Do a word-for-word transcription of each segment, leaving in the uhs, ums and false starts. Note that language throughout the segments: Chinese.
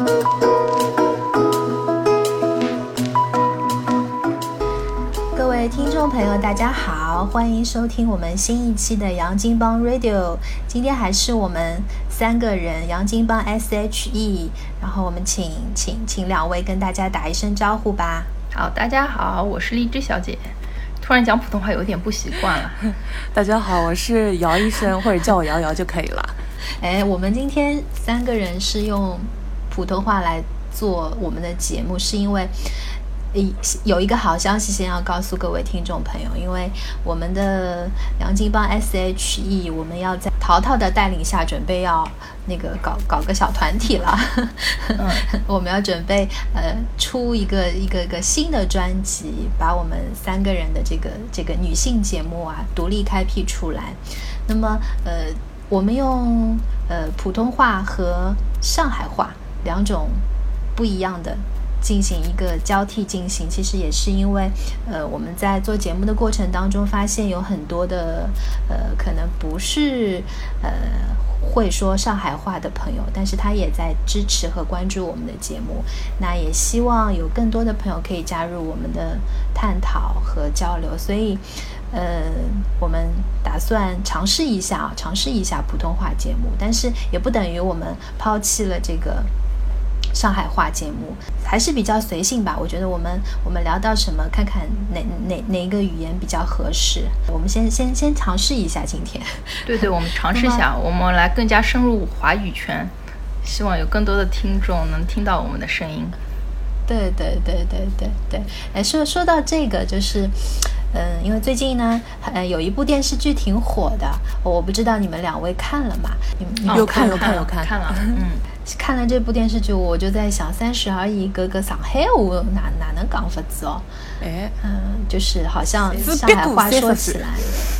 各位听众朋友大家好，欢迎收听我们新一期的杨金帮 Radio。 今天还是我们三个人，杨金帮 S H E， 然后我们请请请两位跟大家打一声招呼吧。 好，大家好，我是荔枝小姐。突然讲普通话有点不习惯了。 大家好，我是姚医生，或者叫我瑶瑶就可以了。 哎，我们今天三个人是用普通话来做我们的节目，是因为有一个好消息先要告诉各位听众朋友，因为我们的杨金帮 S H E， 我们要在淘淘的带领下准备要那个搞搞个小团体了。嗯、我们要准备呃出一个一个一个新的专辑，把我们三个人的这个这个女性节目啊独立开辟出来。那么呃我们用呃普通话和上海话两种不一样的进行一个交替进行，其实也是因为呃我们在做节目的过程当中发现有很多的呃可能不是呃会说上海话的朋友，但是他也在支持和关注我们的节目，那也希望有更多的朋友可以加入我们的探讨和交流，所以呃我们打算尝试一下啊，尝试一下普通话节目，但是也不等于我们抛弃了这个上海话节目，还是比较随性吧。我觉得我们我们聊到什么，看看哪哪哪一个语言比较合适。我们先先先尝试一下今天。 对对，我们尝试一下，我们来更加深入华语圈，希望有更多的听众能听到我们的声音。 对对对对对对。哎，说说到这个，就是嗯，因为最近呢，呃，有一部电视剧挺火的，我不知道你们两位看了吗？你你有看有看有看看了，嗯。 看了这部电视剧，我就在想，三十而已，搿个上海话哪哪能讲法子哦？ 哎， 嗯，就是好像上海话说起来，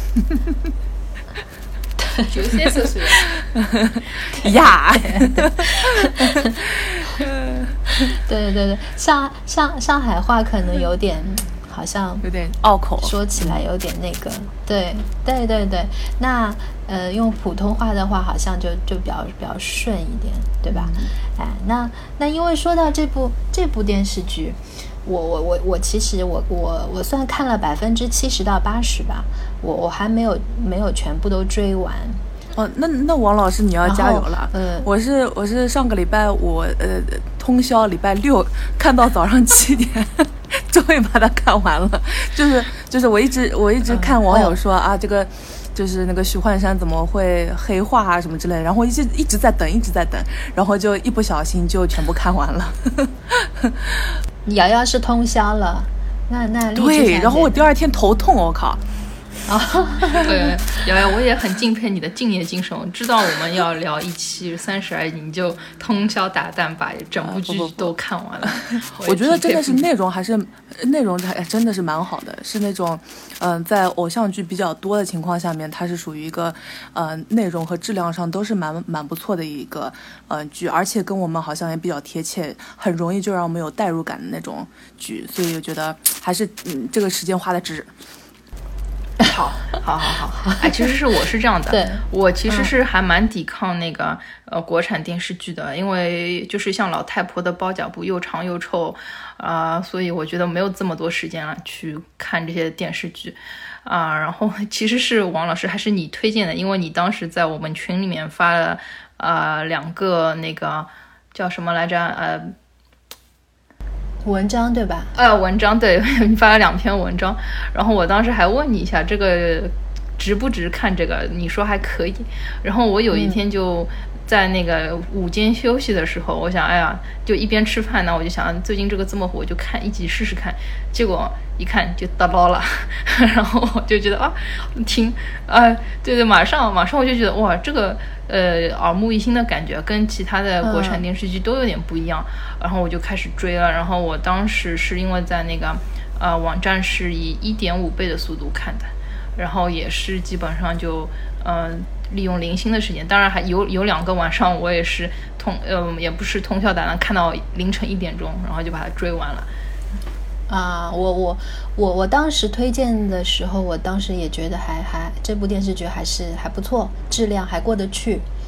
就三十岁呀， 对对对，上上上海话可能有点。好像有点拗口， 说起来有点那个，对对对对。那呃，用普通话的话，好像就就比较比较顺一点，对吧？嗯、哎，那那因为说到这部这部电视剧，我我我我其实我我我算看了百分之七十到八十吧，我我还没有没有全部都追完。 哦，那那王老师你要加油了。 嗯， 我是我是上个礼拜我呃通宵礼拜六看到早上七点。终于把它看完了，就是就是我一直我一直看网友说、嗯哦、啊，这个就是那个许幻山怎么会黑化啊什么之类的，然后一直一直在等一直在等，然后就一不小心就全部看完了。 瑶瑶是通宵了，那那对，然后我第二天头痛，我靠。 啊，对，瑶瑶，我也很敬佩你的敬业精神。知道我们要聊一期三十而已，你就通宵达旦把整部剧都看完了。 我, 我觉得真的是内容还是内容还真的是蛮好的，是那种嗯、呃，在偶像剧比较多的情况下面，它是属于一个呃内容和质量上都是蛮蛮不错的一个呃剧，而且跟我们好像也比较贴切，很容易就让我们有代入感的那种剧，所以我觉得还是嗯这个时间花的值。 好，好，好，好，哎，其实是我是这样的， 对， 我其实是还蛮抵抗那个、嗯、呃国产电视剧的，因为就是像老太婆的包脚布又长又臭，啊、呃，所以我觉得没有这么多时间了去看这些电视剧，啊、呃，然后其实是王老师还是你推荐的，因为你当时在我们群里面发了呃两个那个叫什么来着，呃。 文章对吧？ 呃，文章对，你发了两篇文章，然后我当时还问你一下这个值不值看这个，你说还可以。然后我有一天就在那个午间休息的时候，我想，哎呀，就一边吃饭呢，我就想最近这个这么火，我就看一集试试看。结果一看就打包了，然后我就觉得啊，挺啊、呃，对对，马上马上我就觉得哇，这个呃耳目一新的感觉，跟其他的国产电视剧都有点不一样。嗯、然后我就开始追了，然后我当时是因为在那个呃网站是以一点五倍的速度看的，然后也是基本上就嗯。呃利用零星的时间，当然还有有两个晚上我也是通呃也不是通宵达旦看到凌晨一点钟，然后就把它追完了。 啊，我我我我当时推荐的时候，我当时也觉得还还这部电视剧还是还不错，质量还过得去。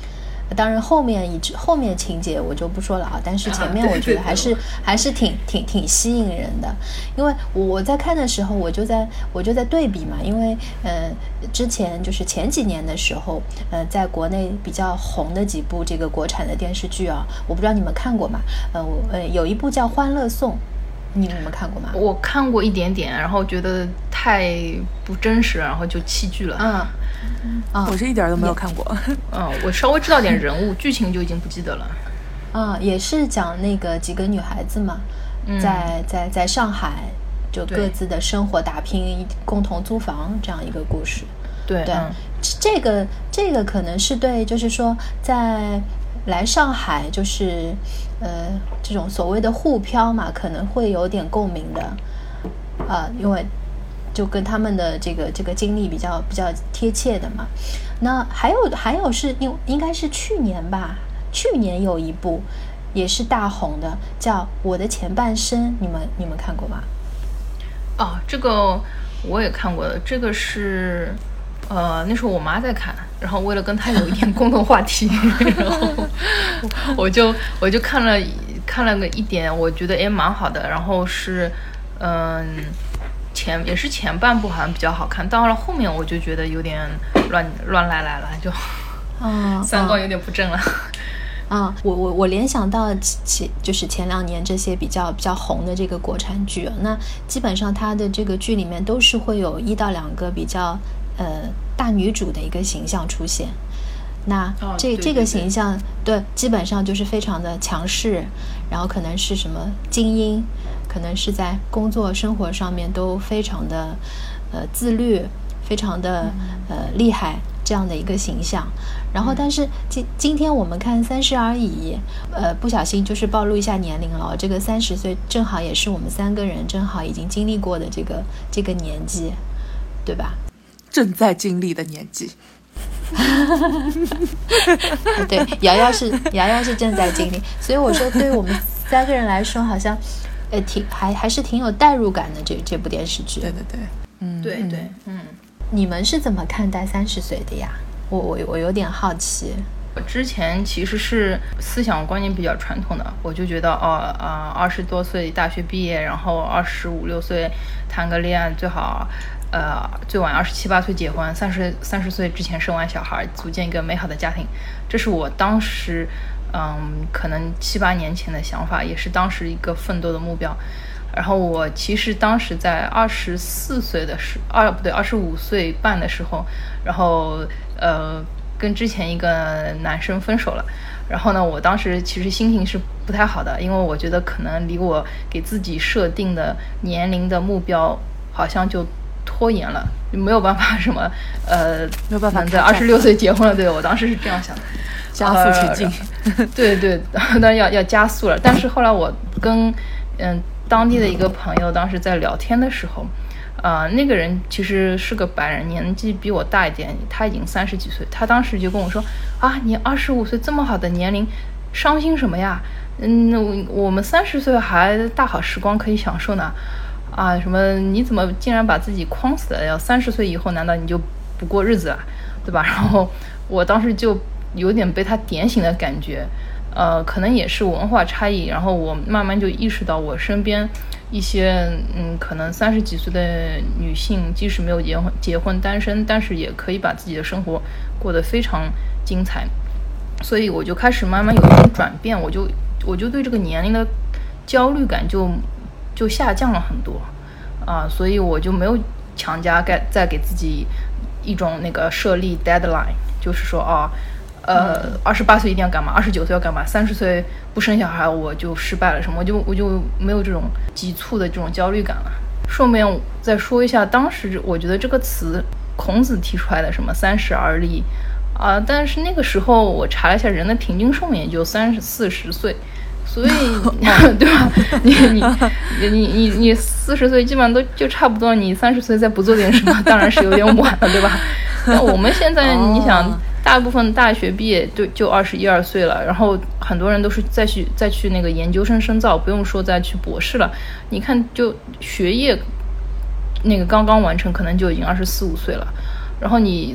当然后面以至后面情节我就不说了啊，但是前面我觉得还是、啊、还是挺挺挺吸引人的，因为我在看的时候我就在我就在对比嘛，因为呃之前就是前几年的时候，呃在国内比较红的几部这个国产的电视剧啊，我不知道你们看过吗？呃我呃有一部叫《欢乐颂》。你们看过吗？ 我看过一点点，然后觉得太不真实，然后就弃剧了。 嗯， 嗯我是一点都没有看过。 嗯，我稍微知道点人物，剧情就已经不记得了。 嗯，也是讲那个几个女孩子嘛， 嗯、 在在在上海就各自的生活打拼，共同租房这样一个故事。 对对， 嗯、 这个这个可能是对，就是说在。来上海就是呃这种所谓的沪漂嘛，可能会有点共鸣的啊、呃，因为就跟他们的这个这个经历比较比较贴切的嘛。那还有还有是应应该是去年吧，去年有一部也是大红的，叫《我的前半生》，你们你们看过吗？ 哦，这个我也看过的，这个是。呃，那时候我妈在看，然后为了跟她有一点共同话题，然后我就我就看了看了个一点，我觉得也蛮好的。然后是嗯前也是前半部好像比较好看，到了后面我就觉得有点乱乱来来了，就嗯三观有点不正了。 啊、嗯，我我我联想到前就是前两年这些比较比较红的这个国产剧，那基本上它的这个剧里面都是会有一到两个比较。呃，大女主的一个形象出现，那这、 哦、对对对这个形象对，基本上就是非常的强势，然后可能是什么精英，可能是在工作生活上面都非常的呃自律，非常的呃厉害这样的一个形象。然后，但是今今天我们看《三十而已》，呃，不小心就是暴露一下年龄了。这个三十岁正好也是我们三个人正好已经经历过的这个这个年纪，对吧？ 正在经历的年纪。 对，瑶瑶是瑶瑶是正在经历，所以我说对于我们三个人来说，好像呃挺还还是挺有代入感的这这部电视剧。 对对对， 嗯，对对，嗯。 你们是怎么看待三十岁的呀？我我我有点好奇。 我之前其实是思想观念比较传统的，我就觉得哦啊，二十多岁大学毕业，然后二十五六岁谈个恋爱，最好呃最晚二十七八岁结婚，三十三十岁之前生完小孩，组建一个美好的家庭。这是我当时嗯可能七八年前的想法，也是当时一个奋斗的目标。然后我其实当时在二十四岁的时二不对二十五岁半的时候，然后呃跟之前一个男生分手了。然后呢，我当时其实心情是不太好的，因为我觉得可能离我给自己设定的年龄的目标好像就拖延了，没有办法什么呃没有办法能在二十六岁结婚了。对，我当时是这样想的， 加速前进。 呃、对对，那要要加速了。但是后来我跟嗯。当地的一个朋友当时在聊天的时候，呃，那个人其实是个白人，年纪比我大一点，他已经三十几岁。他当时就跟我说：“啊，你二十五岁这么好的年龄，伤心什么呀？嗯，我们三十岁还大好时光可以享受呢。啊，什么你怎么竟然把自己框死了？要三十岁以后难道你就不过日子了，对吧？”然后我当时就有点被他点醒的感觉。呃，可能也是文化差异，然后我慢慢就意识到，我身边一些嗯，可能三十几岁的女性，即使没有结婚、结婚单身，但是也可以把自己的生活过得非常精彩。所以我就开始慢慢有一种转变，我就我就对这个年龄的焦虑感就就下降了很多啊、呃，所以我就没有强加再再给自己一种那个设立 deadline， 就是说啊。呃，二十八岁一定要干嘛？二十九岁要干嘛？三十岁不生小孩我就失败了什么？我就我就没有这种急促的这种焦虑感了。顺便再说一下，当时我觉得这个词孔子提出来的什么三十而立啊、呃，但是那个时候我查了一下，人的平均寿命也就三十四十岁，所以对吧？你你你你你四十岁基本上都就差不多，你三十岁再不做点什么，当然是有点晚了，对吧？那我们现在你想。大部分大学毕业就就二十一二岁了，然后很多人都是再去再去那个研究生深造，不用说再去博士了。你看，就学业那个刚刚完成，可能就已经二十四五岁了。然后你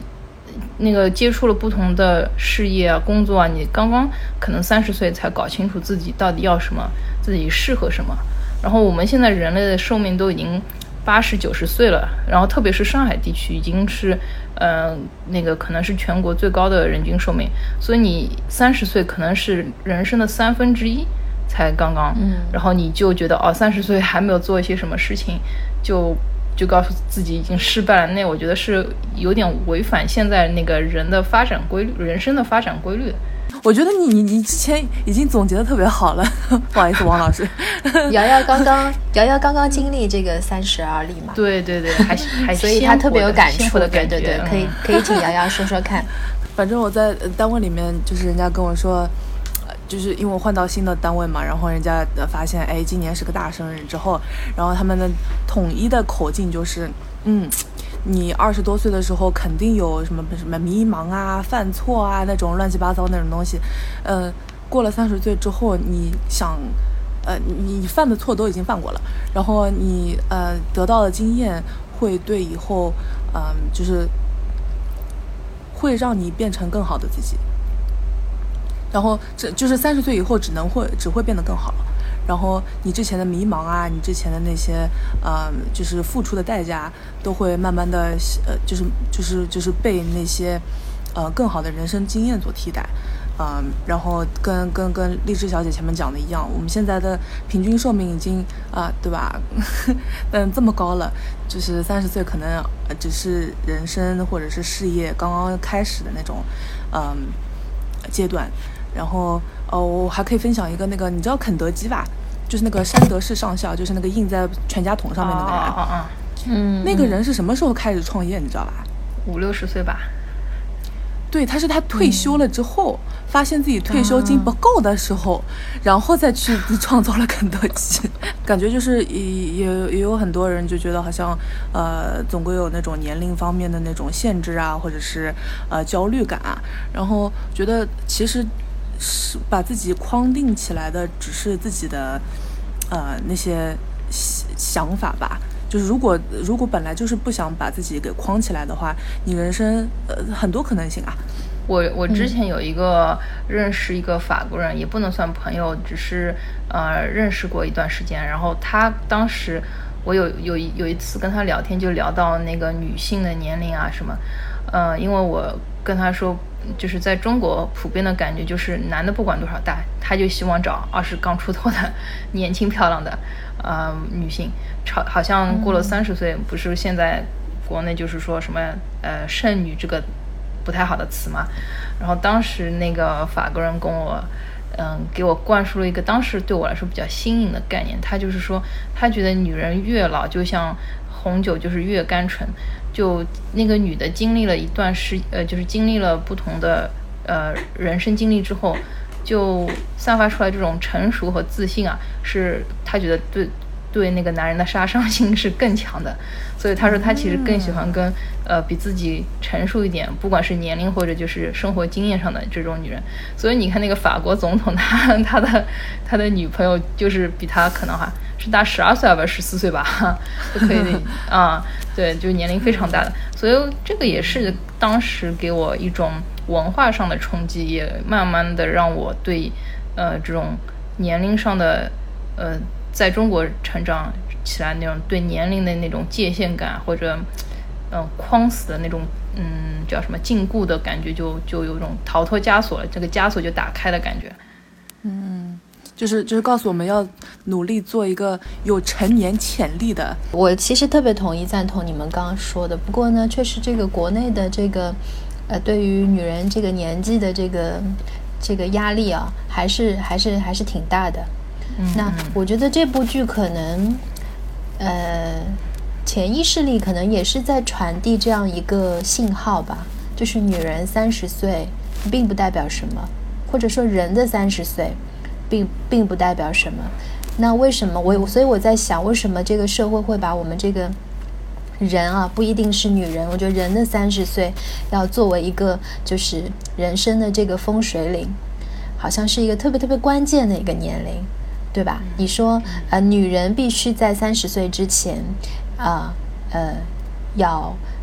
那个接触了不同的事业啊、工作啊，你刚刚可能三十岁才搞清楚自己到底要什么，自己适合什么。然后我们现在人类的寿命都已经八十九十岁了，然后特别是上海地区已经是，呃，那个可能是全国最高的人均寿命，所以你三十岁可能是人生的三分之一才刚刚， 嗯， 然后你就觉得哦，三十岁还没有做一些什么事情，就就告诉自己已经失败了，那我觉得是有点违反现在那个人的发展规律，人生的发展规律的。 我觉得你你你之前已经总结的特别好了，不好意思，王老师。 瑶瑶刚刚瑶瑶刚刚经历这个三十而立嘛， 对对对，还还所以她特别有感触的感觉， 对对对，可以可以请瑶瑶说说看。 反正我在单位里面，就是人家跟我说，就是因为我换到新的单位嘛，然后人家发现，哎，今年是个大生日之后，然后他们的统一的口径就是，嗯。你二十多岁的时候肯定有什么什么迷茫啊、犯错啊那种乱七八糟那种东西，呃，过了三十岁之后，你想，呃，你犯的错都已经犯过了，然后你呃得到的经验会对以后，嗯、呃，就是会让你变成更好的自己，然后这就是三十岁以后只能会只会变得更好了。然后你之前的迷茫啊，你之前的那些呃，就是付出的代价，都会慢慢的呃，就是就是就是被那些呃更好的人生经验所替代，嗯、呃，然后跟跟跟励志小姐前面讲的一样，我们现在的平均寿命已经啊、呃，对吧？嗯，这么高了，就是三十岁可能呃只是人生或者是事业刚刚开始的那种嗯、呃、阶段，然后。哦，我还可以分享一个那个，你知道肯德基吧？就是那个山德士上校，就是那个印在全家桶上面那个人。 哦哦哦， 嗯， 那个人是什么时候开始创业？你知道吧？ 五六十岁吧。 对，他是他退休了之后，嗯、发现自己退休金不够的时候，嗯、然后再去创造了肯德基。感觉就是也也也有很多人就觉得好像呃，总归有那种年龄方面的那种限制啊，或者是呃焦虑感啊。然后觉得其实。是把自己框定起来的，只是自己的，呃，那些想法吧。就是如果如果本来就是不想把自己给框起来的话，你人生呃很多可能性啊。 我我之前有一个认识一个法国人，嗯、也不能算朋友，只是呃认识过一段时间。然后他当时我有有有一次跟他聊天，就聊到那个女性的年龄啊什么，呃，因为我跟他说。就是在中国普遍的感觉就是男的不管多少大，他就希望找二十刚出头的年轻漂亮的呃女性，好好像过了三十岁，不是现在国内就是说什么呃剩女这个不太好的词嘛。然后当时那个法国人跟我嗯给我灌输了一个当时对我来说比较新颖的概念，他就是说他觉得女人越老就像红酒就是越甘醇，就那个女的经历了一段时呃，就是经历了不同的呃人生经历之后，就散发出来这种成熟和自信啊，是他觉得对对那个男人的杀伤性是更强的，所以他说他其实更喜欢跟、嗯、呃比自己成熟一点，不管是年龄或者就是生活经验上的这种女人。所以你看那个法国总统，他他的他的女朋友就是比他可能哈。是大十二岁吧，十四岁吧，就可以啊、嗯，对，就是年龄非常大的，所以这个也是当时给我一种文化上的冲击，也慢慢的让我对呃这种年龄上的呃在中国成长起来那种对年龄的那种界限感或者嗯、呃、框死的那种嗯叫什么禁锢的感觉，就就有种逃脱枷锁了，这个枷锁就打开的感觉。 嗯。就是就是告诉我们要努力做一个有成年潜力的。 我其实特别同意赞同你们刚刚说的，不过呢，确实这个国内的这个呃，对于女人这个年纪的这个这个压力啊，还是还是还是挺大的。 嗯， 那我觉得这部剧可能呃潜意识里可能也是在传递这样一个信号吧，就是女人三十岁并不代表什么，或者说人的三十岁。并并不代表什么。那为什么我所以我在想，为什么这个社会会把我们这个人啊，不一定是女人，我觉得人的三十岁要作为一个就是人生的这个风水岭，好像是一个特别特别关键的一个年龄，对吧？你说呃，女人必须在三十岁之前啊 呃, 呃要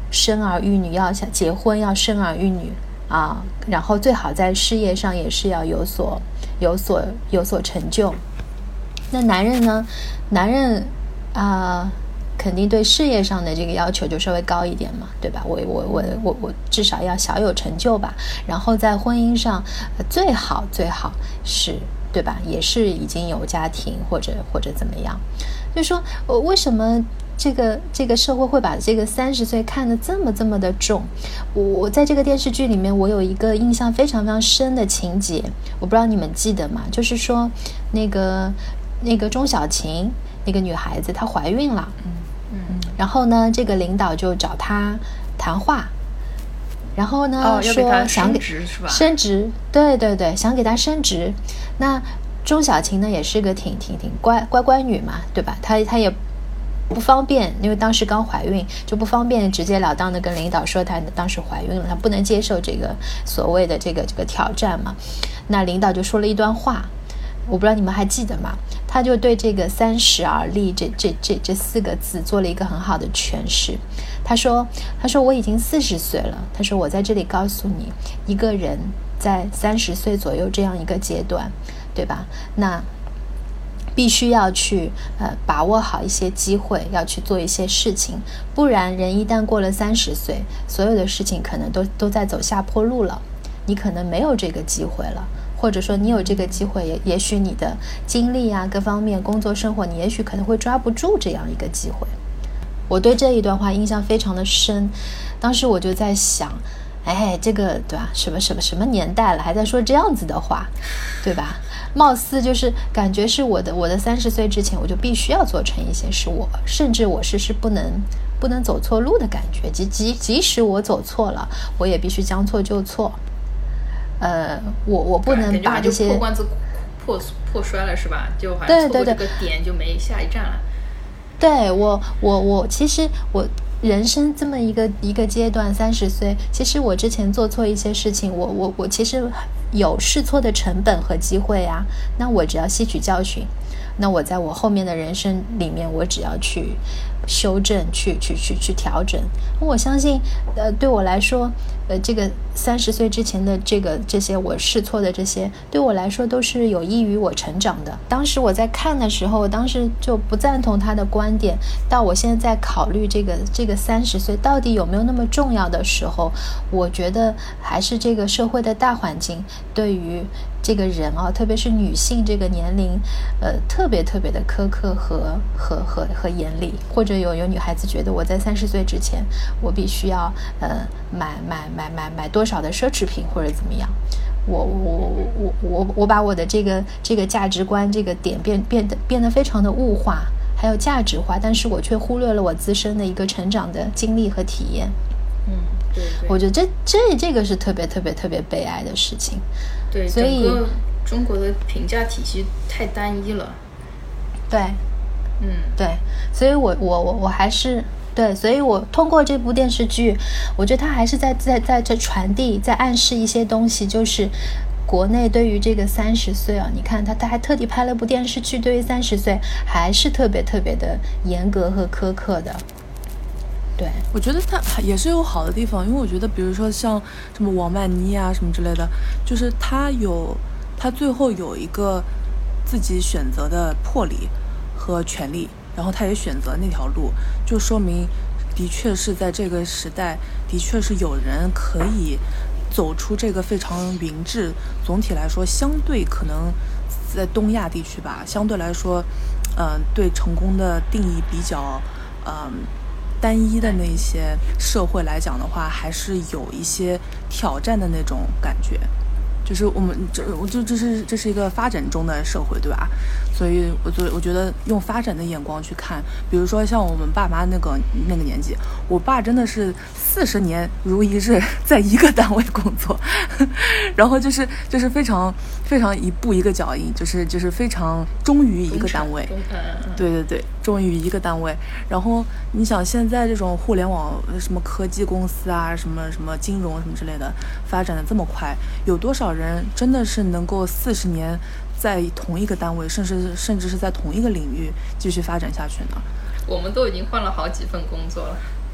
生儿育女，要想结婚要生儿育女啊，然后最好在事业上也是要有所有所有所成就。那男人呢？男人啊、呃，肯定对事业上的这个要求就稍微高一点嘛，对吧？我我我我我至少要小有成就吧。然后在婚姻上，呃、最好最好是，对吧？也是已经有家庭或者或者怎么样。就说我为什么？这个这个社会会把这个三十岁看得这么这么的重。我我在这个电视剧里面，我有一个印象非常非常深的情节，我不知道你们记得吗？就是说那个那个钟小琴那个女孩子她怀孕了， 嗯嗯， 然后呢，这个领导就找她谈话，然后呢、 哦、 说想给升职是吧？ 升职，对对对，想给她升职。那钟小琴呢，也是个挺挺挺乖乖乖女嘛，对吧？她她也。不方便，因为当时刚怀孕，就不方便直截了当的跟领导说她当时怀孕了，她不能接受这个所谓的这个这个挑战嘛。那领导就说了一段话，我不知道你们还记得吗？他就对这个三十而立这这这这四个字做了一个很好的诠释。他说他说我已经四十岁了，他说我在这里告诉你，一个人在三十岁左右这样一个阶段，对吧？那必须要去呃把握好一些机会，要去做一些事情，不然人一旦过了三十岁，所有的事情可能都都在走下坡路了，你可能没有这个机会了，或者说你有这个机会，也也许你的精力啊各方面工作生活，你也许可能会抓不住这样一个机会。我对这一段话印象非常的深，当时我就在想，哎，这个对吧？什么什么什么年代了，还在说这样子的话，对吧？貌似就是感觉是我的我的三十岁之前，我就必须要做成一些事，我甚至我是是不能不能走错路的感觉，即即即使我走错了，我也必须将错就错。呃，我我不能把这些破罐子破破摔了是吧？就好像错过这个点就没下一站了。 对我我我其实我。人生这么一个一个阶段，三十岁，其实我之前做错一些事情，我我我其实有试错的成本和机会啊。那我只要吸取教训，那我在我后面的人生里面，我只要去修正，去去去去调整。我相信，呃，对我来说，呃，这个三十岁之前的这个这些我试错的这些，对我来说都是有益于我成长的。当时我在看的时候，我当时就不赞同他的观点。到我现在在考虑这个这个三十岁到底有没有那么重要的时候，我觉得还是这个社会的大环境对于这个人啊，特别是女性这个年龄，呃，特别特别的苛刻和和和和严厉。或者有有女孩子觉得我在三十岁之前，我必须要呃买买买买买多少的奢侈品或者怎么样。我我我我我把我的这个这个价值观这个点变变得变得非常的物化，还有价值化，但是我却忽略了我自身的一个成长的经历和体验。 嗯，对对， 我觉得这这这个是特别特别特别悲哀的事情。 对， 所以整个中国的评价体系太单一了。 对， 嗯， 对，所以我我我我还是对，所以我通过这部电视剧，我觉得它还是在在在这传递，在暗示一些东西，就是国内对于这个三十岁啊，你看他他还特地拍了部电视剧，对于三十岁还是特别特别的严格和苛刻的。对， 我觉得它也是有好的地方，因为我觉得比如说像什么王曼妮啊什么之类的，就是他有他最后有一个自己选择的魄力和权利，然后他也选择那条路，就说明的确是在这个时代，的确是有人可以走出这个非常明智，总体来说相对可能在东亚地区吧，相对来说嗯、呃，对成功的定义比较嗯、呃单一的那些社会来讲的话，还是有一些挑战的那种感觉。就是我们这，我就这是这是一个发展中的社会，对吧？所以我觉我觉得用发展的眼光去看，比如说像我们爸妈那个那个年纪，我爸真的是四十年如一日，在一个单位工作，然后就是就是非常非常一步一个脚印，就是就是非常忠于一个单位，对对对，忠于一个单位。然后你想现在这种互联网什么科技公司啊，什么什么金融什么之类的发展的这么快，有多少人真的是能够四十年在同一个单位，甚至甚至是在同一个领域继续发展下去呢？ 我们都已经换了好几份工作了。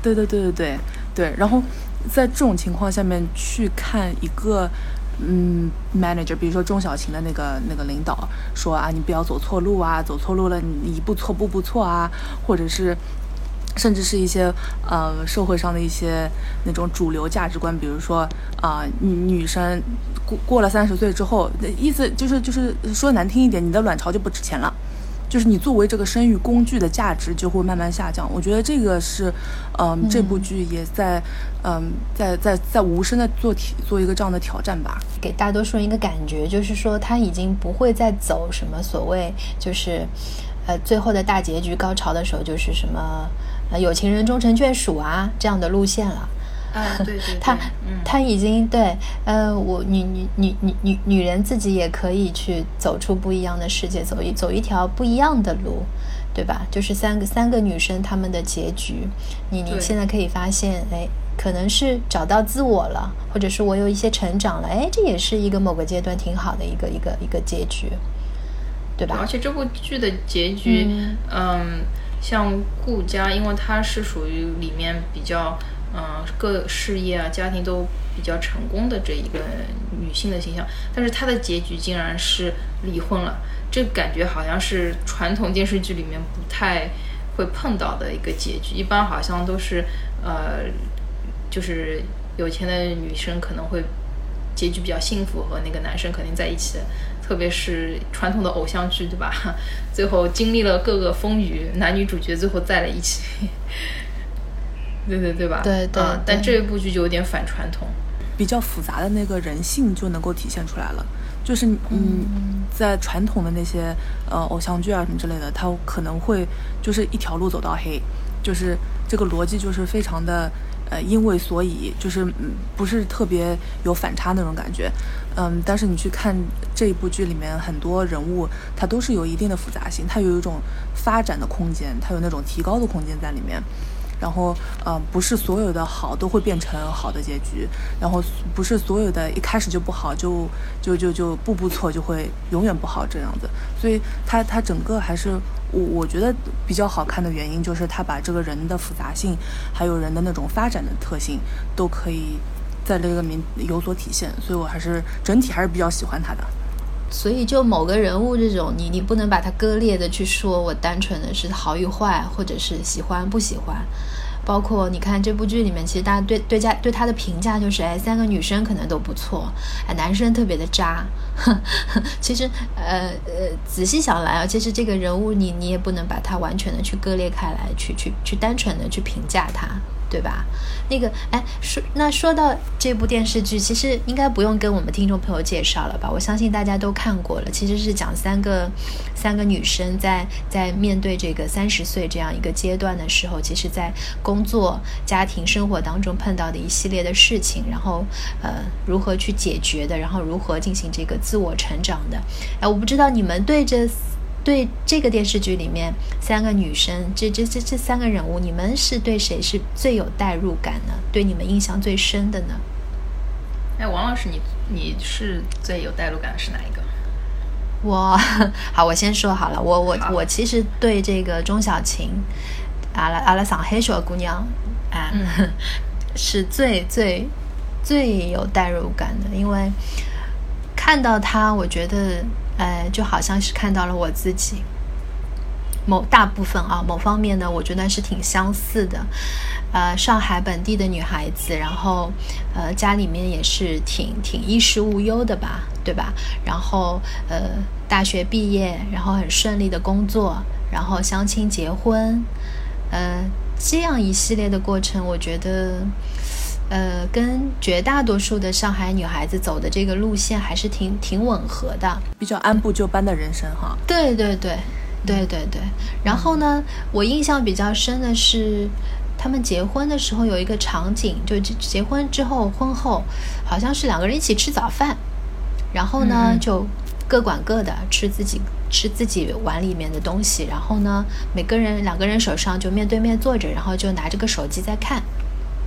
对对对对对对。然后在这种情况下面去看一个嗯 manager， 比如说钟小琴的那个那个领导说啊，你不要走错路啊，走错路了你一步错步步错啊，或者是甚至是一些呃社会上的一些那种主流价值观，比如说啊、呃、女生过过了三十岁之后，意思就是就是说难听一点，你的卵巢就不值钱了，就是你作为这个生育工具的价值就会慢慢下降。我觉得这个是嗯、呃、这部剧也在嗯、呃、在在在无声的做题做一个这样的挑战吧， 给大多数人一个感觉，就是说他已经不会再走什么所谓就是呃最后的大结局高潮的时候就是什么呃有情人终成眷属啊这样的路线了。 啊，对对对， 他、 嗯、 他已经对呃我女女女女女女人自己也可以去走出不一样的世界，走一走一条不一样的路，对吧？就是三个三个女生她们的结局，你你现在可以发现，哎，可能是找到自我了，或者是我有一些成长了，哎，这也是一个某个阶段挺好的一个一个一个结局，对吧？ 而且这部剧的结局，嗯，嗯像顾佳，因为她是属于里面比较。嗯，各事业啊、家庭都比较成功的这一个女性的形象，但是她的结局竟然是离婚了，这感觉好像是传统电视剧里面不太会碰到的一个结局。一般好像都是呃，就是有钱的女生可能会结局比较幸福，和那个男生肯定在一起的，特别是传统的偶像剧，对吧？最后经历了各个风雨，男女主角最后在了一起。对对对吧？ 对 对, 嗯、 对， 但这一部剧就有点反传统， 比较复杂的那个人性就能够体现出来了。就是嗯，在传统的那些呃偶像剧啊什么之类的，它可能会就是一条路走到黑，就是这个逻辑就是非常的呃因为所以，就是嗯不是特别有反差那种感觉。嗯，但是你去看这一部剧里面很多人物，它都是有一定的复杂性，它有一种发展的空间，它有那种提高的空间在里面。然后，呃，不是所有的好都会变成好的结局，然后不是所有的一开始就不好，就就就就步步错，就会永远不好这样子。所以它它整个还是我我觉得比较好看的原因，就是它把这个人的复杂性，还有人的那种发展的特性，都可以在这个里面有所体现。所以我还是整体还是比较喜欢它的。 所以就某个人物这种，你你不能把它割裂的去说，我单纯的是好与坏，或者是喜欢不喜欢。包括你看这部剧里面，其实大家对对家对他的评价就是，哎，三个女生可能都不错，哎，男生特别的渣。其实，呃呃，仔细想来啊，其实这个人物你你也不能把它完全的去割裂开来，去去去单纯的去评价他。对吧？那个，哎，说那说到这部电视剧，其实应该不用跟我们听众朋友介绍了吧？我相信大家都看过了。其实是讲三个三个女生在在面对这个三十岁这样一个阶段的时候，其实在工作、家庭生活当中碰到的一系列的事情，然后呃如何去解决的，然后如何进行这个自我成长的。哎，我不知道你们对这。对这个电视剧里面三个女生，这这这这三个人物，你们是对谁是最有代入感呢？对你们印象最深的呢？ 哎，王老师，你你是最有代入感的是哪一个？ 我好，我先说好了，我我我其实对这个钟小琴，阿拉阿拉上海小姑娘啊，嗯、是最最最有代入感的，因为看到她，我觉得。呃，就好像是看到了我自己，某大部分啊，某方面呢，我觉得是挺相似的。呃，上海本地的女孩子，然后呃，家里面也是挺挺衣食无忧的吧，对吧？然后呃，大学毕业，然后很顺利的工作，然后相亲结婚，呃，这样一系列的过程，我觉得。呃，跟绝大多数的上海女孩子走的这个路线还是挺挺吻合的， 比较按部就班的人生哈。 对对对，对对对。然后呢，我印象比较深的是，他们结婚的时候有一个场景，就结婚之后婚后，好像是两个人一起吃早饭，然后呢、嗯、就各管各的吃自己吃自己碗里面的东西，然后呢，每个人两个人手上就面对面坐着，然后就拿着个手机在看。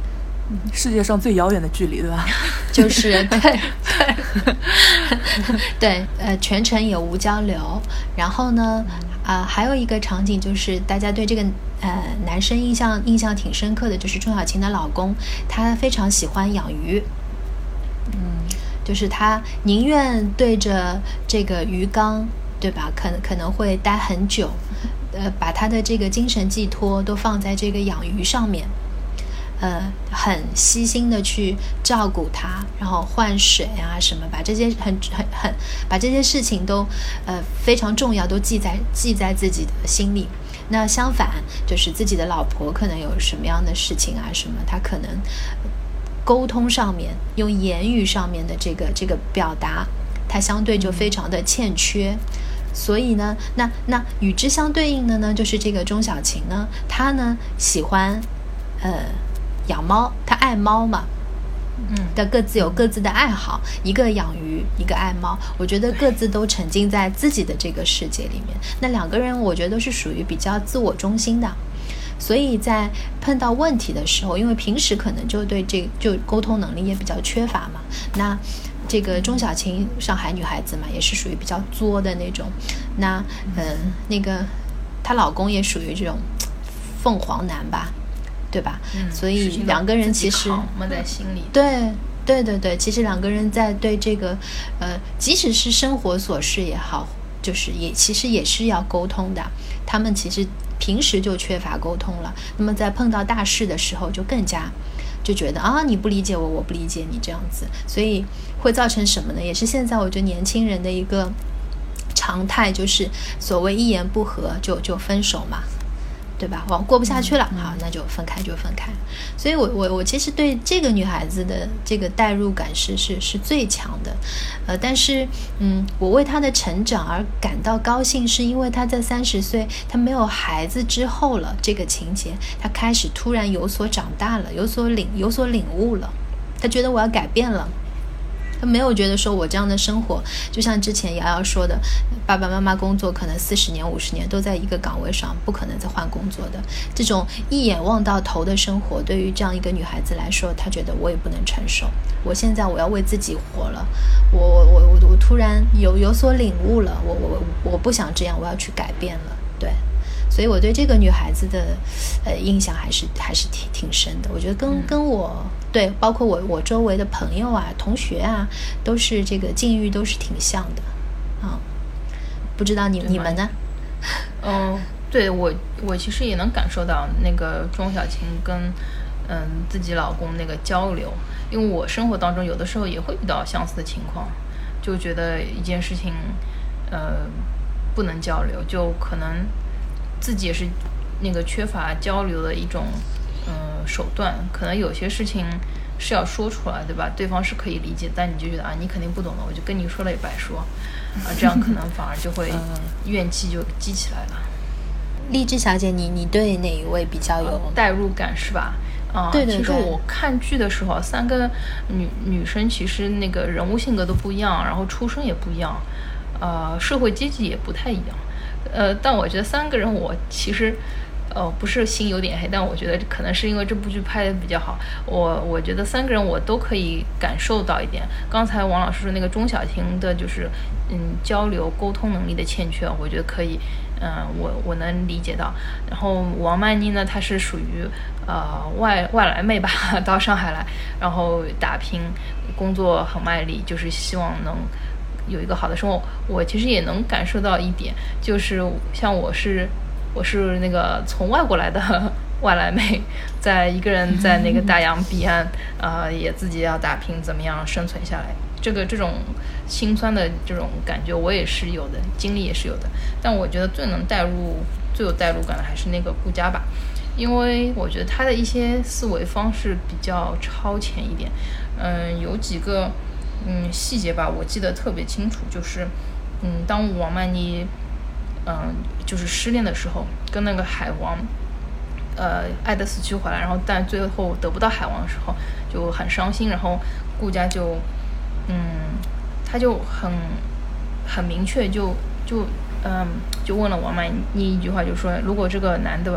世界上最遥远的距离，对吧？ 就是对对对，呃，全程也无交流。然后呢，啊、呃，还有一个场景就是大家对这个呃男生印象印象挺深刻的，就是钟小琴的老公，他非常喜欢养鱼，嗯，就是他宁愿对着这个鱼缸，对吧？可能可能会待很久，呃，把他的这个精神寄托都放在这个养鱼上面。呃，很细心的去照顾它，然后换水啊什么，把这些很很很把这些事情都呃非常重要，都记在记在自己的心里。那相反，就是自己的老婆可能有什么样的事情啊什么，他可能沟通上面用言语上面的这个这个表达，他相对就非常的欠缺。所以呢，那那与之相对应的呢，就是这个钟小琴呢，她呢喜欢呃。养猫，他爱猫嘛，嗯，的各自有各自的爱好，一个养鱼，一个爱猫，我觉得各自都沉浸在自己的这个世界里面。那两个人，我觉得是属于比较自我中心的，所以在碰到问题的时候，因为平时可能就对这就沟通能力也比较缺乏嘛，那这个钟小琴，上海女孩子嘛，也是属于比较作的那种，那嗯、呃，那个她老公也属于这种凤凰男吧。对吧、嗯、所以两个人其实闷在心里， 对对对对，其实两个人在对这个呃，即使是生活琐事也好，就是也其实也是要沟通的，他们其实平时就缺乏沟通了，那么在碰到大事的时候就更加就觉得啊，你不理解我，我不理解你这样子，所以会造成什么呢？也是现在我觉得年轻人的一个常态，就是所谓一言不合就就分手嘛，对吧？往过不下去了，好，那就分开就分开。所以我我我其实对这个女孩子的这个代入感是是是最强的，呃，但是嗯，我为她的成长而感到高兴，是因为她在三十岁，她没有孩子之后了，这个情节，她开始突然有所长大了，有所领有所领悟了，她觉得我要改变了。他没有觉得说我这样的生活，就像之前瑶瑶说的，爸爸妈妈工作可能四十年、五十年都在一个岗位上，不可能再换工作的。这种一眼望到头的生活，对于这样一个女孩子来说，她觉得我也不能承受。我现在我要为自己活了，我我我我我突然有有所领悟了，我我我不想这样，我要去改变了，对。所以我对这个女孩子的呃印象还是还是挺挺深的。我觉得跟、嗯、跟我对，包括我我周围的朋友啊、同学啊，都是这个境遇都是挺像的啊、嗯。不知道你你们呢？ 嗯，对我我其实也能感受到那个钟小琴跟嗯自己老公那个交流，因为我生活当中有的时候也会遇到相似的情况，就觉得一件事情呃不能交流，就可能。自己也是那个缺乏交流的一种呃手段，可能有些事情是要说出来，对吧？对方是可以理解，但你就觉得啊，你肯定不懂的，我就跟你说了也白说啊，这样可能反而就会怨气就积起来了。 励志小姐，你你对哪一位比较有、呃、 代入感是吧？啊、呃， 对对对。 其实我看剧的时候，三个女女生其实那个人物性格都不一样，然后出身也不一样，呃，社会阶级也不太一样。呃，但我觉得三个人我其实，呃，不是心有点黑，但我觉得可能是因为这部剧拍的比较好，我我觉得三个人我都可以感受到一点。刚才王老师说那个钟小琴的就是嗯交流沟通能力的欠缺，我觉得可以，嗯、呃，我我能理解到。然后王曼妮呢，她是属于呃外外来妹吧，到上海来，然后打拼，工作很卖力，就是希望能。有一个好的生活，我其实也能感受到一点，就是像我是我是那个从外国来的外来妹，在一个人在那个大洋彼岸，呃，也自己要打拼，怎么样生存下来，这个这种心酸的这种感觉我也是有的，经历也是有的。但我觉得最能带入、最有代入感的还是那个顾佳吧，因为我觉得他的一些思维方式比较超前一点，嗯，有几个。嗯，细节吧，我记得特别清楚，就是，嗯，当王曼妮，嗯，就是失恋的时候，跟那个海王，呃，爱得死去活来，然后但最后得不到海王的时候，就很伤心，然后顾佳就，嗯，他就很，很明确就就，嗯，就问了王曼妮一句话，就说如果这个男的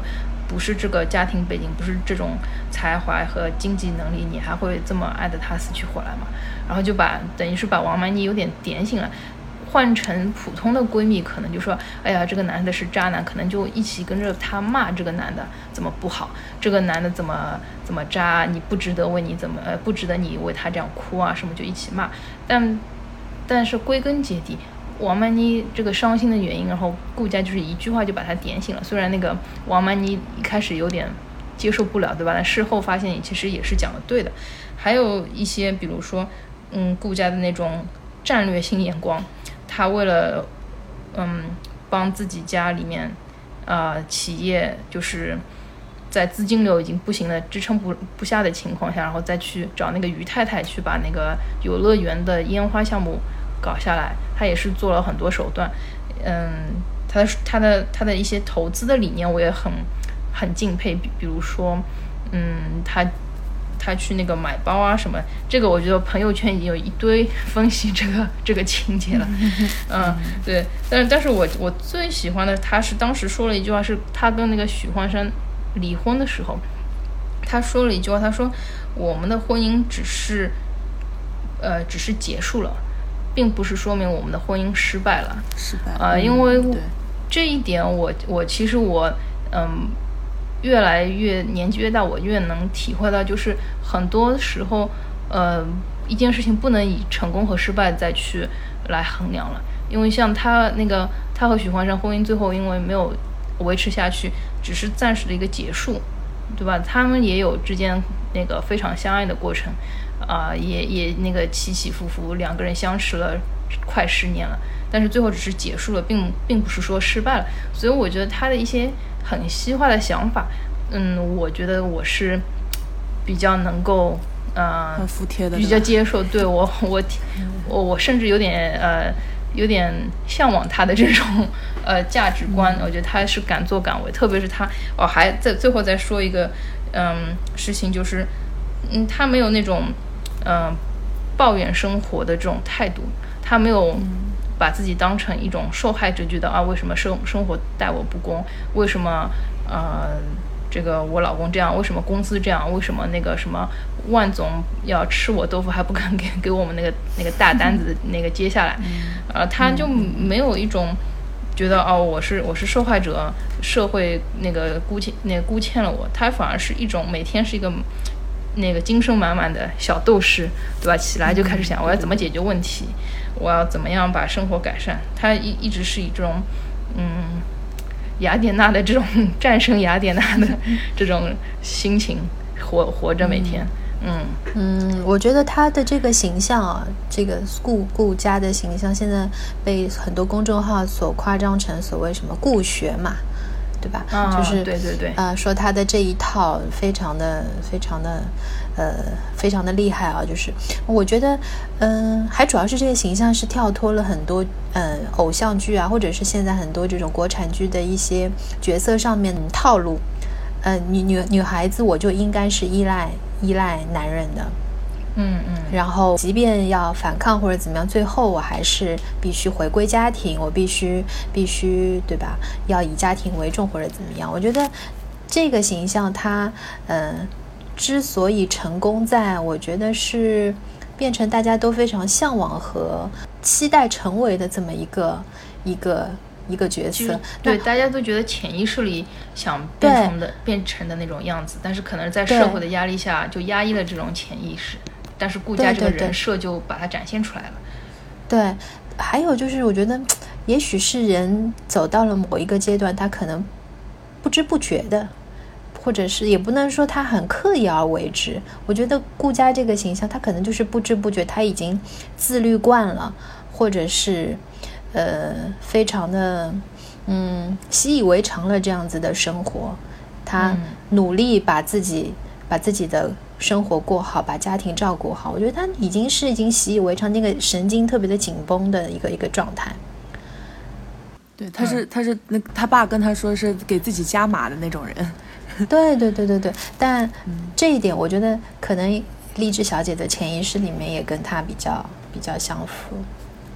不是这个家庭背景，不是这种才华和经济能力，你还会这么爱得他死去活来吗？然后就把等于是把王曼妮有点点醒了。换成普通的闺蜜，可能就说，哎呀，这个男的是渣男，可能就一起跟着他骂这个男的怎么不好，这个男的怎么怎么渣，你不值得为你怎么呃不值得你为他这样哭啊什么，就一起骂。但但是归根结底，王曼妮这个伤心的原因，然后顾佳就是一句话就把他点醒了。虽然那个王曼妮一开始有点接受不了，对吧？但事后发现其实也是讲的对的。还有一些比如说，嗯，顾佳的那种战略性眼光。他为了嗯帮自己家里面呃企业就是在资金流已经不行了支撑不不下的情况下，然后再去找那个于太太去把那个游乐园的烟花项目搞下来，他也是做了很多手段。嗯，他的他的他的一些投资的理念我也很很敬佩，比比如说嗯他。他去那个买包啊什么，这个我觉得朋友圈已经有一堆分析这个这个情节了，嗯，对，但是但是我我最喜欢的，他是当时说了一句话，是他跟那个许幻山离婚的时候，他说了一句话，他说我们的婚姻只是呃只是结束了，并不是说明我们的婚姻失败了， 失败啊、呃，因为这一点我我其实我嗯。越来越年纪越大，我越能体会到，就是很多时候，呃，一件事情不能以成功和失败再去来衡量了。因为像他那个，他和许幻山婚姻最后因为没有维持下去，只是暂时的一个结束，对吧？他们也有之间那个非常相爱的过程，啊、呃，也也那个起起伏伏，两个人相识了快十年了，但是最后只是结束了，并并不是说失败了。所以我觉得他的一些很西化的想法，嗯，我觉得我是比较能够，呃， 很服帖的， 比较接受。对我，我，我，我甚至有点呃，有点向往他的这种呃价值观。我觉得他是敢作敢为，特别是他，哦，还在最后再说一个嗯事情，就是嗯，他没有那种嗯、呃、抱怨生活的这种态度，他没有。嗯把自己当成一种受害者，觉得啊，为什么生生活待我不公？为什么呃，这个我老公这样？为什么公司这样？为什么那个什么万总要吃我豆腐还不肯给给我们那个那个大单子那个接下来？呃，他就没有一种觉得哦，我是我是受害者，社会那个辜欠那个辜欠了我，他反而是一种每天是一个。那个精神满满的小斗士，对吧？起来就开始想我要怎么解决问题，我要怎么样把生活改善。他一一直是以这种嗯雅典娜的这种战胜雅典娜的这种心情活活着每天。嗯嗯，我觉得他的这个形象啊，这个顾顾家的形象，现在被很多公众号所夸张成所谓什么顾学嘛。对吧？ 哦、 就是对对对， 呃，说他的这一套非常的、非常的，呃，非常的厉害啊！就是我觉得，嗯、呃，还主要是这个形象是跳脱了很多，呃，偶像剧啊，或者是现在很多这种国产剧的一些角色上面的套路。呃，女女女孩子我就应该是依赖依赖男人的。 嗯嗯， 然后即便要反抗或者怎么样，最后我还是必须回归家庭，我必须必须对吧？要以家庭为重或者怎么样？我觉得这个形象它呃之所以成功在，我觉得是变成大家都非常向往和期待成为的这么一个一个一个角色。 对，大家都觉得潜意识里想变成的变成的那种样子，但是可能在社会的压力下就压抑了这种潜意识。但是顾家这个人设就把它展现出来了。 对，对，对，还有就是我觉得也许是人走到了某一个阶段，他可能不知不觉的，或者是也不能说他很刻意而为之，我觉得顾家这个形象他可能就是不知不觉他已经自律惯了，或者是呃非常的嗯习以为常了这样子的生活，他努力把自己、嗯、把自己的生活过好，把家庭照顾好，我觉得他已经是已经习以为常，那个神经特别的紧绷的一个一个状态。 对，他是、嗯、他是那他爸跟他说是给自己加码的那种人。 对对对对对，但这一点我觉得可能励志小姐的潜意识里面也跟他比较比较相符。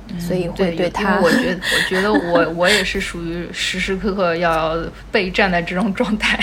所以会对他， 我觉得，我觉得我我也是属于时时刻刻要备战的这种状态。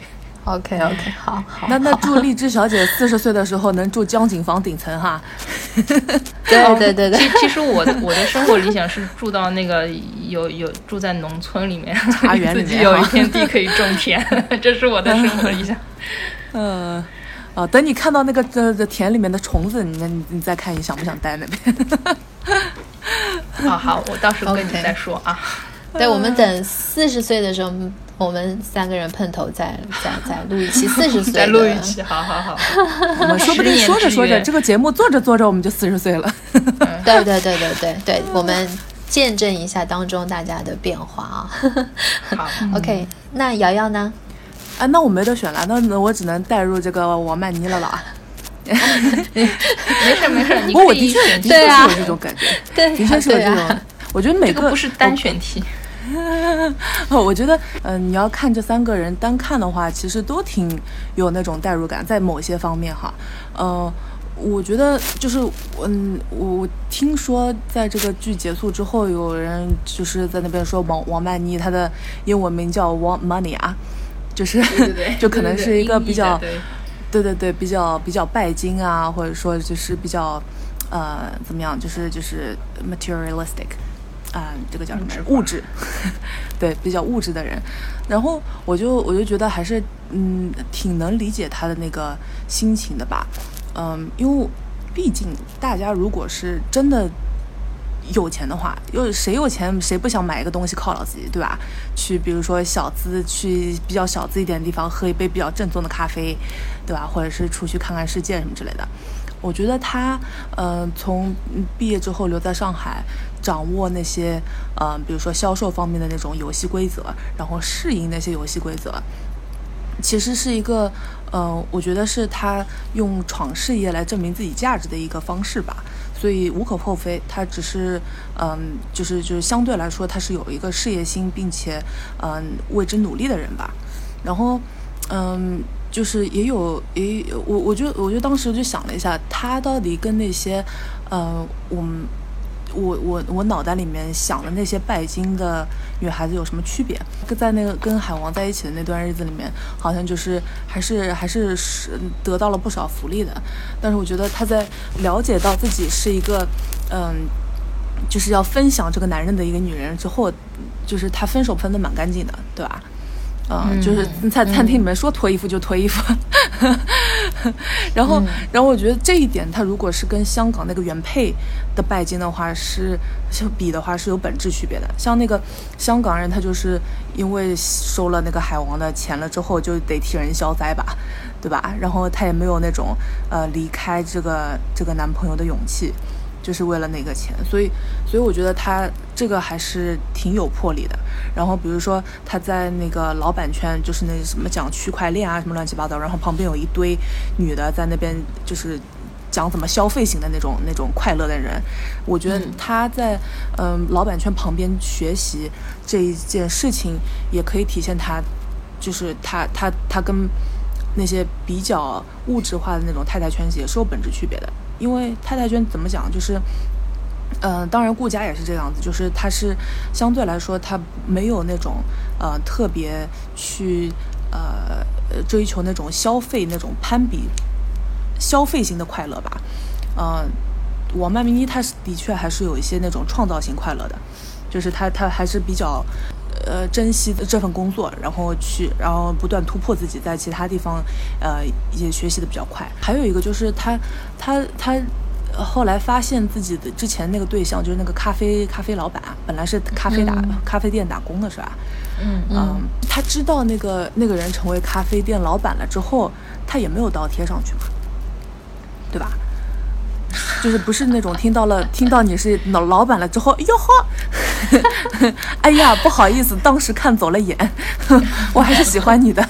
OK OK， 好，好， 那那祝荔枝小姐四十岁的时候能住江景房顶层哈。 对对对对， 其其实我的我的生活理想是住到那个有有住在农村里面， 茶园里面， 自己有一片地可以种田，这是我的生活理想。 嗯。哦，等你看到那个这这田里面的虫子，你你你再看你想不想待那边？ 好好，我到时候跟你再说啊。 Okay. 对，我们等四十岁的时候，我们三个人碰头再再再录一期四十岁， 再录一期，好好好。 我们说不定说着说着，这个节目做着做着，我们就四十岁了。 对对对对对对，我们见证一下当中大家的变化啊。 好 ，OK， 那瑶瑶呢？ 啊，那我没得选了，那我只能带入这个王曼妮了啦。 没事没事，你不过我的确的确是有这种感觉， 对， 的确是有这种。我觉得每个这个不是单选题。 我, 我觉得，嗯、呃，你要看这三个人单看的话，其实都挺有那种代入感，在某些方面哈。呃，我觉得就是，嗯，我听说在这个剧结束之后，有人就是在那边说王王曼妮她的英文名叫王 Money 啊。就是， 对对对就可能是一个比较， 对对对, 对对，比较比较拜金啊，或者说就是比较，呃，怎么样，就是就是 materialistic， 啊、呃，这个叫什么？物质，对，比较物质的人。然后我就我就觉得还是嗯，挺能理解他的那个心情的吧，嗯，因为毕竟大家如果是真的。有钱的话，又谁有钱谁不想买一个东西犒劳自己，对吧？去比如说小资，去比较小资一点的地方喝一杯比较正宗的咖啡，对吧？或者是出去看看世界什么之类的。我觉得他，嗯、呃，从毕业之后留在上海，掌握那些，嗯、呃，比如说销售方面的那种游戏规则，然后适应那些游戏规则，其实是一个，嗯、呃，我觉得是他用闯事业来证明自己价值的一个方式吧。所以无可厚非，他只是，嗯，就是就是相对来说，他是有一个事业心，并且，嗯，为之努力的人吧。然后，嗯，就是也有也有我我就我就当时就想了一下，他到底跟那些，呃，我们我我我脑袋里面想的那些拜金的女孩子有什么区别？在那个跟海王在一起的那段日子里面，好像就是还是还是得到了不少福利的。但是我觉得他在了解到自己是一个，嗯，就是要分享这个男人的一个女人之后，就是他分手分得蛮干净的，对吧？嗯，就是在餐厅里面说脱衣服就脱衣服，嗯、然后，然后我觉得这一点，他如果是跟香港那个原配的拜金的话，是比的话是有本质区别的。像那个香港人，他就是因为收了那个海王的钱了之后，就得替人消灾吧，对吧？然后他也没有那种呃离开这个这个男朋友的勇气。就是为了那个钱，所以，所以我觉得他这个还是挺有魄力的。然后，比如说他在那个老板圈，就是那什么讲区块链啊，什么乱七八糟，然后旁边有一堆女的在那边，就是讲怎么消费型的那种那种快乐的人。我觉得他在嗯、呃、老板圈旁边学习这一件事情，也可以体现他，就是他他他跟那些比较物质化的那种太太圈也是有本质区别的。因为太太圈怎么讲，就是，嗯、呃，当然顾家也是这样子，就是它是相对来说，它没有那种呃特别去呃追求那种消费那种攀比消费型的快乐吧。呃，王曼妮她是的确还是有一些那种创造性快乐的，就是她她还是比较。呃，珍惜这份工作，然后去，然后不断突破自己，在其他地方，呃，也学习的比较快。还有一个就是他，他，他后来发现自己的之前那个对象就是那个咖啡咖啡老板，本来是咖啡打、嗯、咖啡店打工的是吧？嗯嗯、呃，他知道那个那个人成为咖啡店老板了之后，他也没有倒贴上去嘛，对吧？就是不是那种听到了听到你是老老板了之后，哟呵，哎呀不好意思，当时看走了眼，我还是喜欢你的。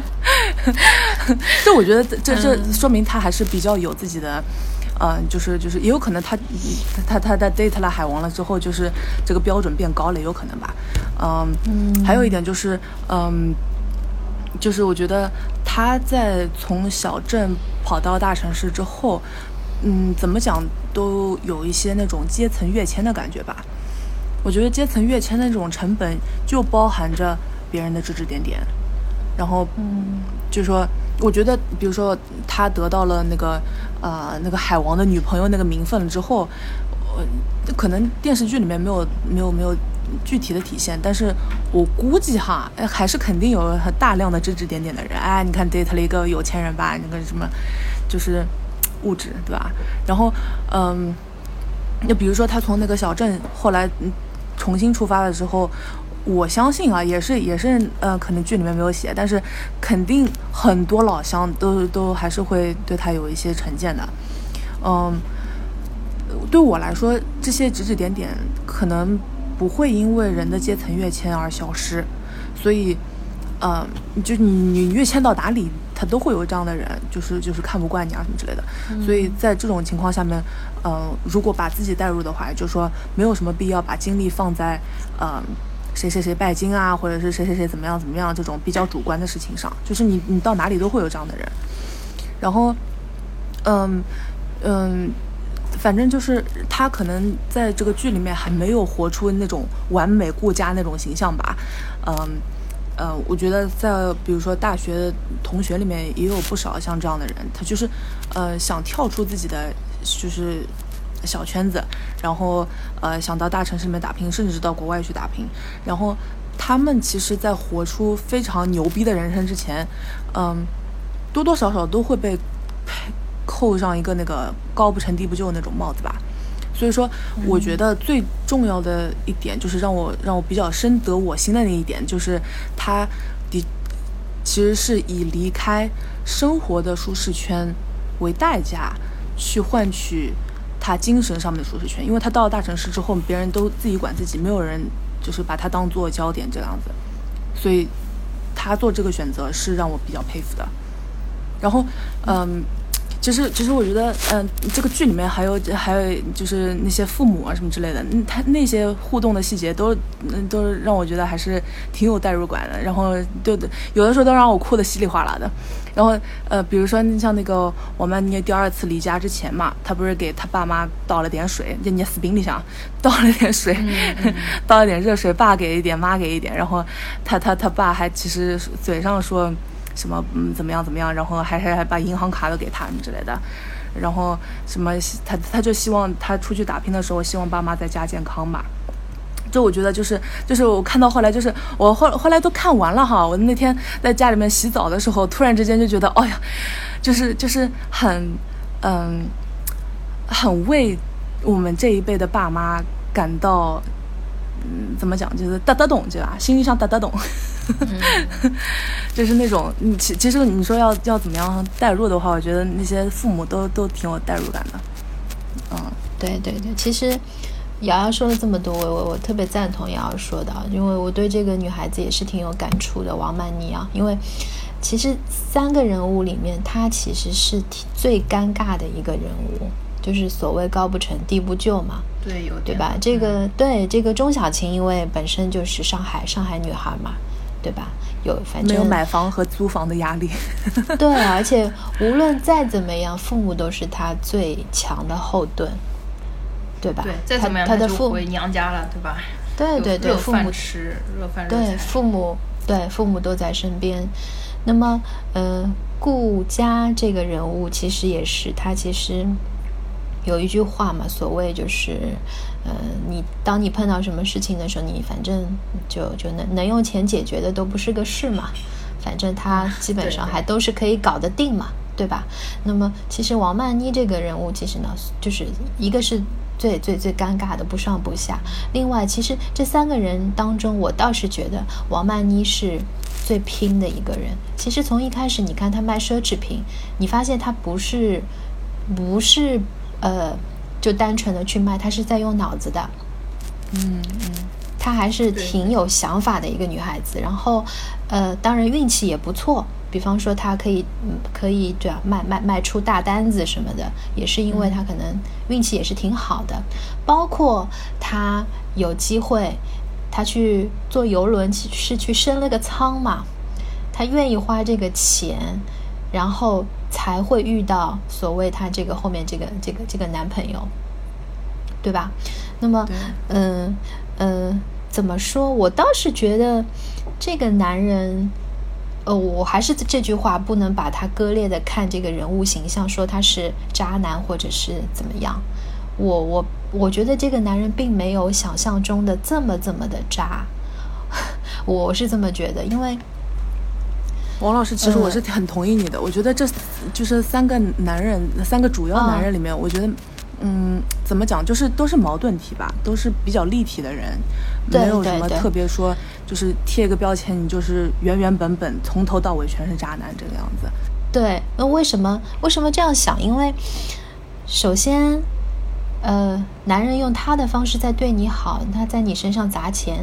这我觉得这这说明他还是比较有自己的，嗯、呃，就是就是也有可能他他他他 date 了海王了之后，就是这个标准变高了，也有可能吧。嗯，嗯还有一点就是嗯。就是我觉得他在从小镇跑到大城市之后， 嗯，怎么讲都有一些那种阶层跃迁的感觉吧。我觉得阶层跃迁的那种成本就包含着别人的指指点点，然后， 嗯， 就说，我觉得，比如说他得到了那个呃那个海王的女朋友那个名分了之后，呃，可能电视剧里面没有没有没有具体的体现，但是我估计哈，还是肯定有很大量的指指点点的人，哎，你看 date 了一个有钱人吧，那个什么，就是物质，对吧？然后，嗯，就比如说他从那个小镇后来嗯重新出发的时候，我相信啊，也是也是呃，可能剧里面没有写，但是肯定很多老乡都都还是会对他有一些成见的。嗯，对我来说，这些指指点点可能不会因为人的阶层跃迁而消失，所以，呃，就你你跃迁到哪里，他都会有这样的人，就是就是看不惯你啊什么之类的。 嗯、 所以在这种情况下面，呃，如果把自己带入的话，就说没有什么必要把精力放在呃。谁谁谁拜金啊，或者是谁谁谁怎么样怎么样这种比较主观的事情上，就是你你到哪里都会有这样的人。然后，嗯嗯，反正就是他可能在这个剧里面还没有活出那种完美顾家那种形象吧。嗯呃，我觉得在比如说大学同学里面也有不少像这样的人，他就是呃想跳出自己的就是小圈子，然后呃想到大城市里面打拼，甚至是到国外去打拼。然后他们其实在活出非常牛逼的人生之前，嗯，多多少少都会被扣上一个那个高不成低不就那种帽子吧。所以说我觉得最重要的一点就是让我让我比较深得我心的那一点，就是他的其实是以离开生活的舒适圈为代价去换取他精神上面的舒适圈。因为他到了大城市之后，别人都自己管自己，没有人就是把他当做焦点这样子，所以他做这个选择是让我比较佩服的。然后嗯其实，其实我觉得，嗯、呃，这个剧里面还有还有就是那些父母啊什么之类的，嗯，他那些互动的细节都，嗯，都让我觉得还是挺有代入感的。然后，就有的时候都让我哭得稀里哗啦的。然后，呃，比如说像那个王曼妮第二次离家之前嘛，他不是给他爸妈倒了点水，就捏死冰里上倒了点水， 嗯嗯倒了点热水，爸给一点，妈给一点。然后他他他爸还其实嘴上说什么嗯怎么样怎么样，然后还还还把银行卡都给他什么之类的，然后什么他他就希望他出去打拼的时候，希望爸妈在家健康嘛。这我觉得就是就是我看到后来就是我后后来都看完了哈，我那天在家里面洗澡的时候，突然之间就觉得，哎呀，就是就是很嗯很为我们这一辈的爸妈感到嗯怎么讲，就是哒哒懂对吧？心理上哒哒懂。嗯、就是那种你其其实你说要要怎么样代入的话，我觉得那些父母都都挺有代入感的。嗯， 对对对，其实瑶瑶说了这么多，我我我特别赞同瑶瑶说的，因为我对这个女孩子也是挺有感触的，王曼妮啊，因为其实三个人物里面，她其实是最尴尬的一个人物，就是所谓高不成低不就嘛。 对，有对吧？这个、嗯、对这个钟小琴，因为本身就是上海上海女孩嘛。对吧？有反正没有买房和租房的压力。 对，而且无论再怎么样，父母都是他最强的后盾，对吧？ 对，再怎么样， 他的父母回娘家了，对吧？ 对对对，父母吃热饭热对父母对父母都在身边。那么，呃，顾佳这个人物其实也是他，其实有一句话嘛，所谓就是。呃，你当你碰到什么事情的时候，你反正就就能能用钱解决的都不是个事嘛，反正他基本上还都是可以搞得定嘛， 对, 对吧？那么其实王曼妮这个人物，其实呢，就是一个是最最最尴尬的不上不下，另外其实这三个人当中，我倒是觉得王曼妮是最拼的一个人。其实从一开始，你看他卖奢侈品，你发现他不是不是呃。就单纯的去卖，她是在用脑子的， 嗯嗯， 她还是挺有想法的一个女孩子。然后，呃，当然运气也不错，比方说她可以，嗯，可以对啊，卖卖卖出大单子什么的，也是因为她可能运气也是挺好的。包括她有机会，她去坐游轮是去升了个舱嘛，她愿意花这个钱。 然后才会遇到所谓他这个后面这个这个这个男朋友，对吧？那么嗯嗯、呃呃，怎么说，我倒是觉得这个男人呃，我还是这句话，不能把他割裂的看这个人物形象，说他是渣男或者是怎么样。我我我觉得这个男人并没有想象中的这么这么的渣，我是这么觉得。因为王老师，其实我是很同意你的。呃、我觉得这就是三个男人，三个主要男人里面，哦、我觉得，嗯，怎么讲，就是都是矛盾体吧，都是比较立体的人，没有什么特别说，就是贴一个标签，你就是原原本本从头到尾全是渣男这个样子。 对，那为什么为什么这样想？因为首先，呃，男人用他的方式在对你好，他在你身上砸钱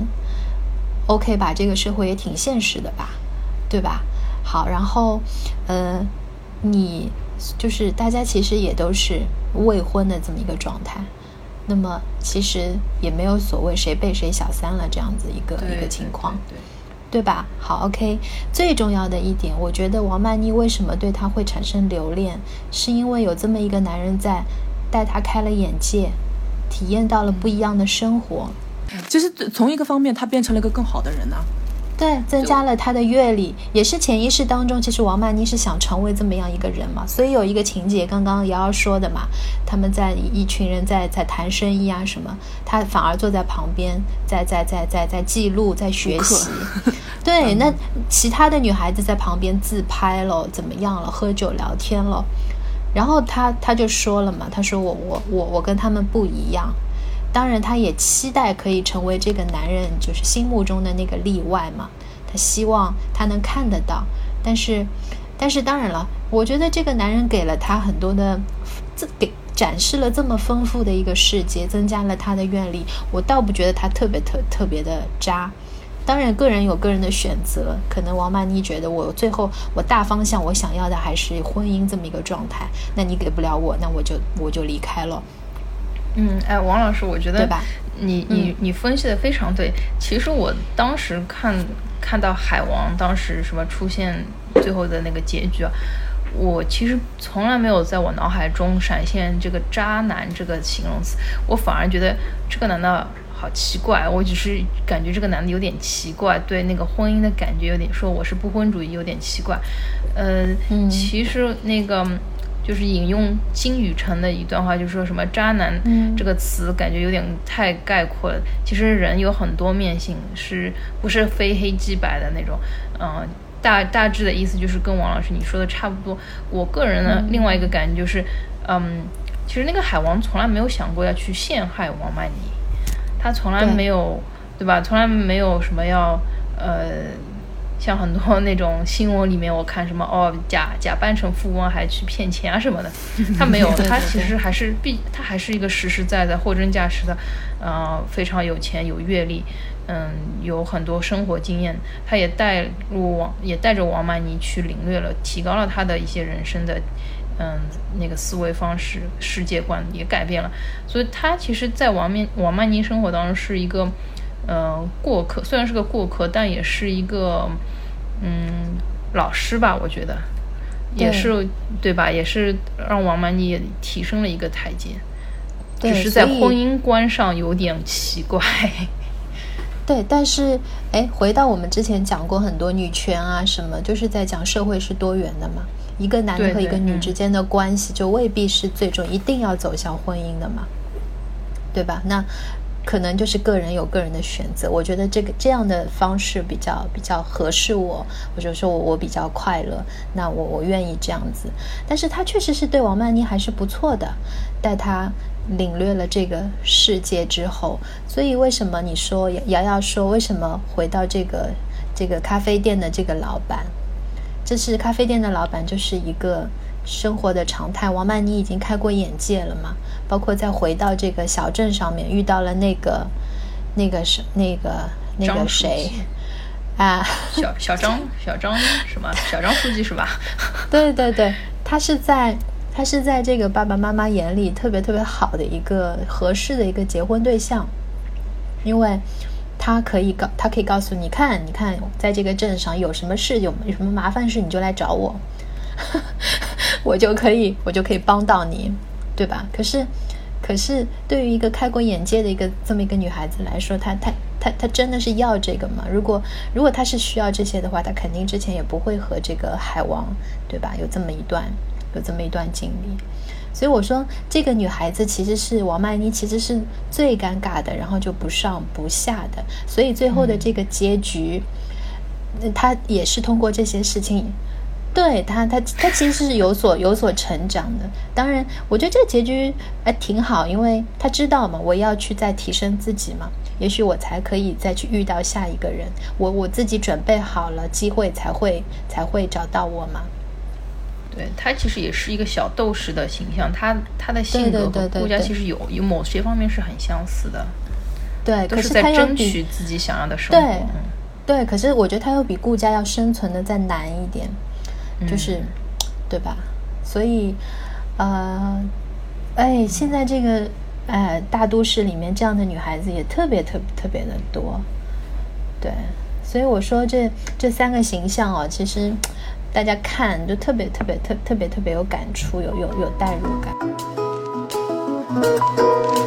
，OK 吧？这个社会也挺现实的吧，对吧？好，然后，呃，你就是大家其实也都是未婚的这么一个状态，那么其实也没有所谓谁被谁小三了这样子一个一个情况， 对, 对, 对, 对吧？好 ，OK。最重要的一点，我觉得王曼妮为什么对他会产生留恋，是因为有这么一个男人在带他开了眼界，体验到了不一样的生活。 其实从一个方面，他变成了一个更好的人呢、啊。 对，增加了他的阅历，也是潜意识当中，其实王曼妮是想成为这么样一个人嘛。所以有一个情节，刚刚瑶瑶说的嘛，他们在一群人在在谈生意啊什么，他反而坐在旁边，在在在在在记录，在学习。对，那其他的女孩子在旁边自拍了，怎么样了，喝酒聊天了，然后他他就说了嘛，他说我我我我跟他们不一样。当然他也期待可以成为这个男人就是心目中的那个例外嘛，他希望他能看得到，但是但是当然了，我觉得这个男人给了他很多的，给展示了这么丰富的一个世界，增加了他的阅历，我倒不觉得他特别特特别的渣。当然个人有个人的选择，可能王曼妮觉得我最后我大方向我想要的还是婚姻这么一个状态，那你给不了我，那我就我就离开了。 嗯，哎，王老师，我觉得你你嗯、 你分析的非常对。其实我当时看看到海王当时什么出现最后的那个结局啊，我其实从来没有在我脑海中闪现这个渣男这个形容词，我反而觉得这个男的好奇怪，我只是感觉这个男的有点奇怪，对那个婚姻的感觉有点说我是不婚主义有点奇怪。呃， 嗯、 其实那个。就是引用金宇澄的一段话，就是说什么渣男这个词感觉有点太概括了、嗯、其实人有很多面性，是不是非黑即白的那种。嗯、呃，大大致的意思就是跟王老师你说的差不多。我个人呢、嗯、另外一个感觉就是嗯，其实那个海王从来没有想过要去陷害王曼妮，他从来没有 对, 对吧从来没有什么要呃像很多那种新闻里面我看什么哦假假扮成富翁还去骗钱啊什么的，他没有，他其实还是必他还是一个实实在在货真价实的，呃非常有钱有阅历，嗯有很多生活经验，他也带入王也带着王曼妮去领略了，提高了他的一些人生的嗯那个思维方式世界观也改变了，所以他其实在王面王曼妮生活当中是一个呃，过客，虽然是个过客，但也是一个嗯老师吧，我觉得也是 对, 对吧？也是让王曼妮也提升了一个台阶，只是在婚姻观上有点奇怪。 对，但是哎，回到我们之前讲过很多女权啊什么，就是在讲社会是多元的嘛，一个男的和一个女之间的关系就未必是最终一定要走向婚姻的嘛，对吧？那可能就是个人有个人的选择，我觉得这个这样的方式比较比较合适我，或者说我我比较快乐，那我我愿意这样子。但是他确实是对王曼妮还是不错的，带他领略了这个世界之后，所以为什么你说瑶瑶说为什么回到这个这个咖啡店的这个老板，这是咖啡店的老板就是一个生活的常态，王曼妮已经开过眼界了嘛，包括再回到这个小镇上面遇到了那个那个是那个那个谁啊， 小小张小张什么小张书记是吧？ 对对对，他是在他是在这个爸爸妈妈眼里特别特别好的一个合适的一个结婚对象，因为他可以告他可以告诉你看你看在这个镇上有什么事有有什么麻烦事你就来找我我就可以我就可以帮到你，对吧？可是可是对于一个开过眼界的一个这么一个女孩子来说，她她她她真的是要这个吗？如果如果她是需要这些的话，她肯定之前也不会和这个海王，对吧？有这么一段有这么一段经历。所以我说这个女孩子其实是王曼妮，其实是最尴尬的，然后就不上不下的，所以最后的这个结局，嗯、她也是通过这些事情。对他，他他其实是有所有所成长的。当然，我觉得这个结局哎挺好，因为他知道嘛，我要去再提升自己嘛，也许我才可以再去遇到下一个人。我我自己准备好了，机会才会才会找到我嘛。 对，他其实也是一个小斗士的形象，他他的性格和顾佳其实有有某些方面是很相似的。 对， 都是在争取自己想要的生活。 对，对，可是我觉得他又比顾佳要生存的再难一点。就是、嗯、对吧？所以呃哎现在这个呃大都市里面这样的女孩子也特别特别特别的多。对，所以我说这这三个形象哦，其实大家看就特别特别特特别特别有感触，有有有代入感。